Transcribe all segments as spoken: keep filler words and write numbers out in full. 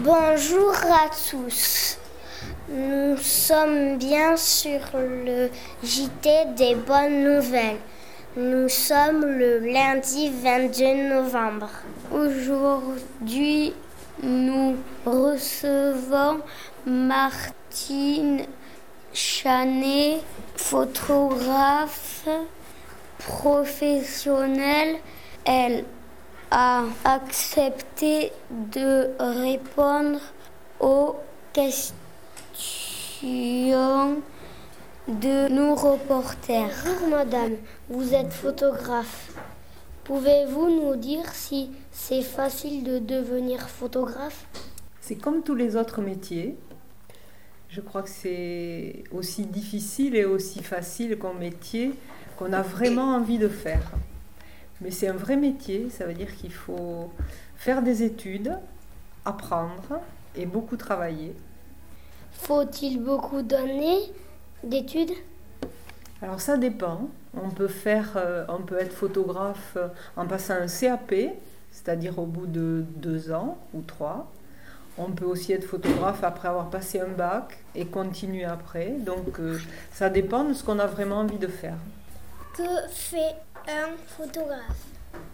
Bonjour à tous. Nous sommes bien sur le J T des bonnes nouvelles. Nous sommes le lundi vingt-deux novembre. Aujourd'hui, nous recevons Martine Chanet, photographe professionnelle. Elle a accepté de répondre aux questions de nos reporters. Bonjour madame, vous êtes photographe. Pouvez-vous nous dire si c'est facile de devenir photographe ? C'est comme tous les autres métiers. Je crois que c'est aussi difficile et aussi facile qu'un métier qu'on a vraiment envie de faire. Mais c'est un vrai métier, ça veut dire qu'il faut faire des études, apprendre et beaucoup travailler. Faut-il beaucoup d'années d'études ? Alors ça dépend. On peut faire, on peut être photographe en passant un C A P, c'est-à-dire au bout de deux ans ou trois. On peut aussi être photographe après avoir passé un bac et continuer après. Donc euh, ça dépend de ce qu'on a vraiment envie de faire. Que fait un photographe ?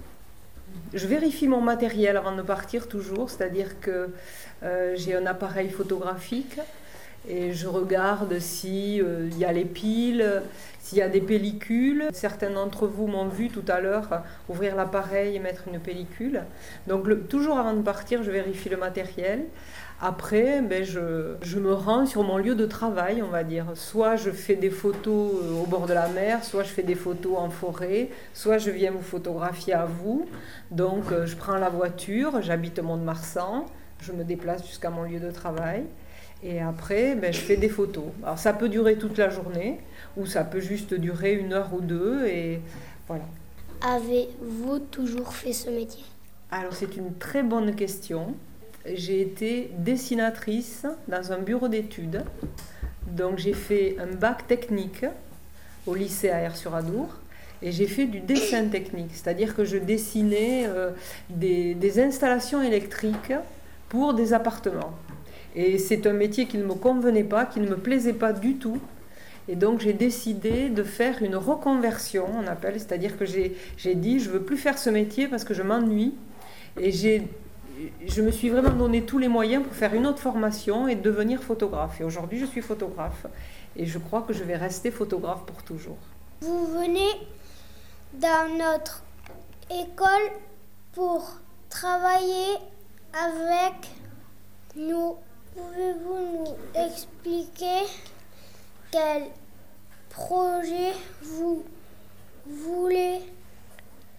Je vérifie mon matériel avant de partir toujours, c'est-à-dire que euh, j'ai un appareil photographique et je regarde s'il euh, y a les piles, s'il y a des pellicules. Certains d'entre vous m'ont vu tout à l'heure ouvrir l'appareil et mettre une pellicule. Donc le, toujours avant de partir, je vérifie le matériel. Après, ben, je, je me rends sur mon lieu de travail, on va dire. Soit je fais des photos au bord de la mer, soit je fais des photos en forêt, soit je viens vous photographier à vous. Donc je prends la voiture, j'habite Mont-de-Marsan, je me déplace jusqu'à mon lieu de travail. Et après, ben, je fais des photos. Alors ça peut durer toute la journée, ou ça peut juste durer une heure ou deux, et voilà. Avez-vous toujours fait ce métier ? Alors c'est une très bonne question. J'ai été dessinatrice dans un bureau d'études. Donc j'ai fait un bac technique au lycée à Aire-sur-Adour et j'ai fait du dessin technique, c'est-à-dire que je dessinais euh, des, des installations électriques pour des appartements. Et c'est un métier qui ne me convenait pas, qui ne me plaisait pas du tout. Et donc j'ai décidé de faire une reconversion, on appelle, c'est-à-dire que j'ai, j'ai dit je ne veux plus faire ce métier parce que je m'ennuie. Et j'ai Je me suis vraiment donné tous les moyens pour faire une autre formation et devenir photographe. Et aujourd'hui, je suis photographe et je crois que je vais rester photographe pour toujours. Vous venez dans notre école pour travailler avec nous. Pouvez-vous nous expliquer quel projet vous voulez réaliser ?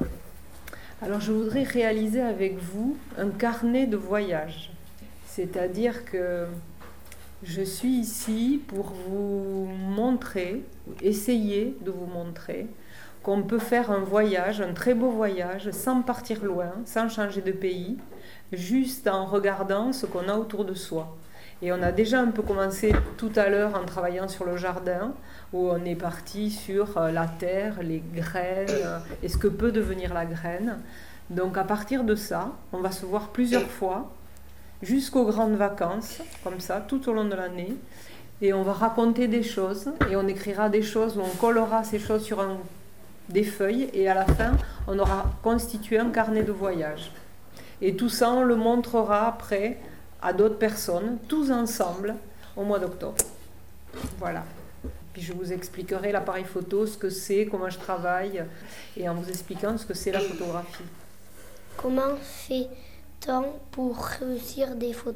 Alors je voudrais réaliser avec vous un carnet de voyage. C'est-à-dire que je suis ici pour vous montrer, essayer de vous montrer qu'on peut faire un voyage, un très beau voyage, sans partir loin, sans changer de pays, juste en regardant ce qu'on a autour de soi. Et on a déjà un peu commencé tout à l'heure en travaillant sur le jardin, où on est parti sur la terre, les graines, et ce que peut devenir la graine. Donc à partir de ça, on va se voir plusieurs fois, jusqu'aux grandes vacances, comme ça, tout au long de l'année. Et on va raconter des choses, et on écrira des choses, où on collera ces choses sur un, des feuilles, et à la fin, on aura constitué un carnet de voyage. Et tout ça, on le montrera après à d'autres personnes, tous ensemble, au mois d'octobre. Voilà. Puis je vous expliquerai l'appareil photo, ce que c'est, comment je travaille, et en vous expliquant ce que c'est la photographie. Comment fait-on pour réussir des photos ?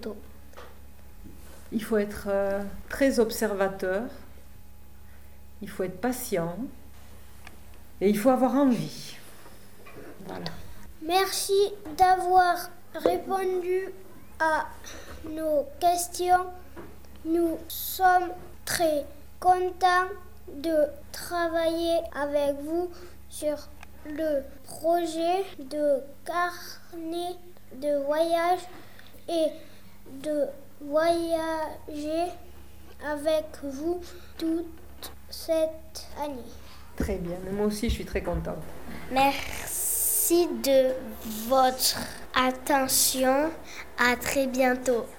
Il faut être euh, très observateur, il faut être patient, et il faut avoir envie. Voilà. Merci d'avoir répondu à nos questions. Nous sommes très contents de travailler avec vous sur le projet de carnet de voyage et de voyager avec vous toute cette année. Très bien, mais moi aussi je suis très contente. Merci de votre Attention, à très bientôt.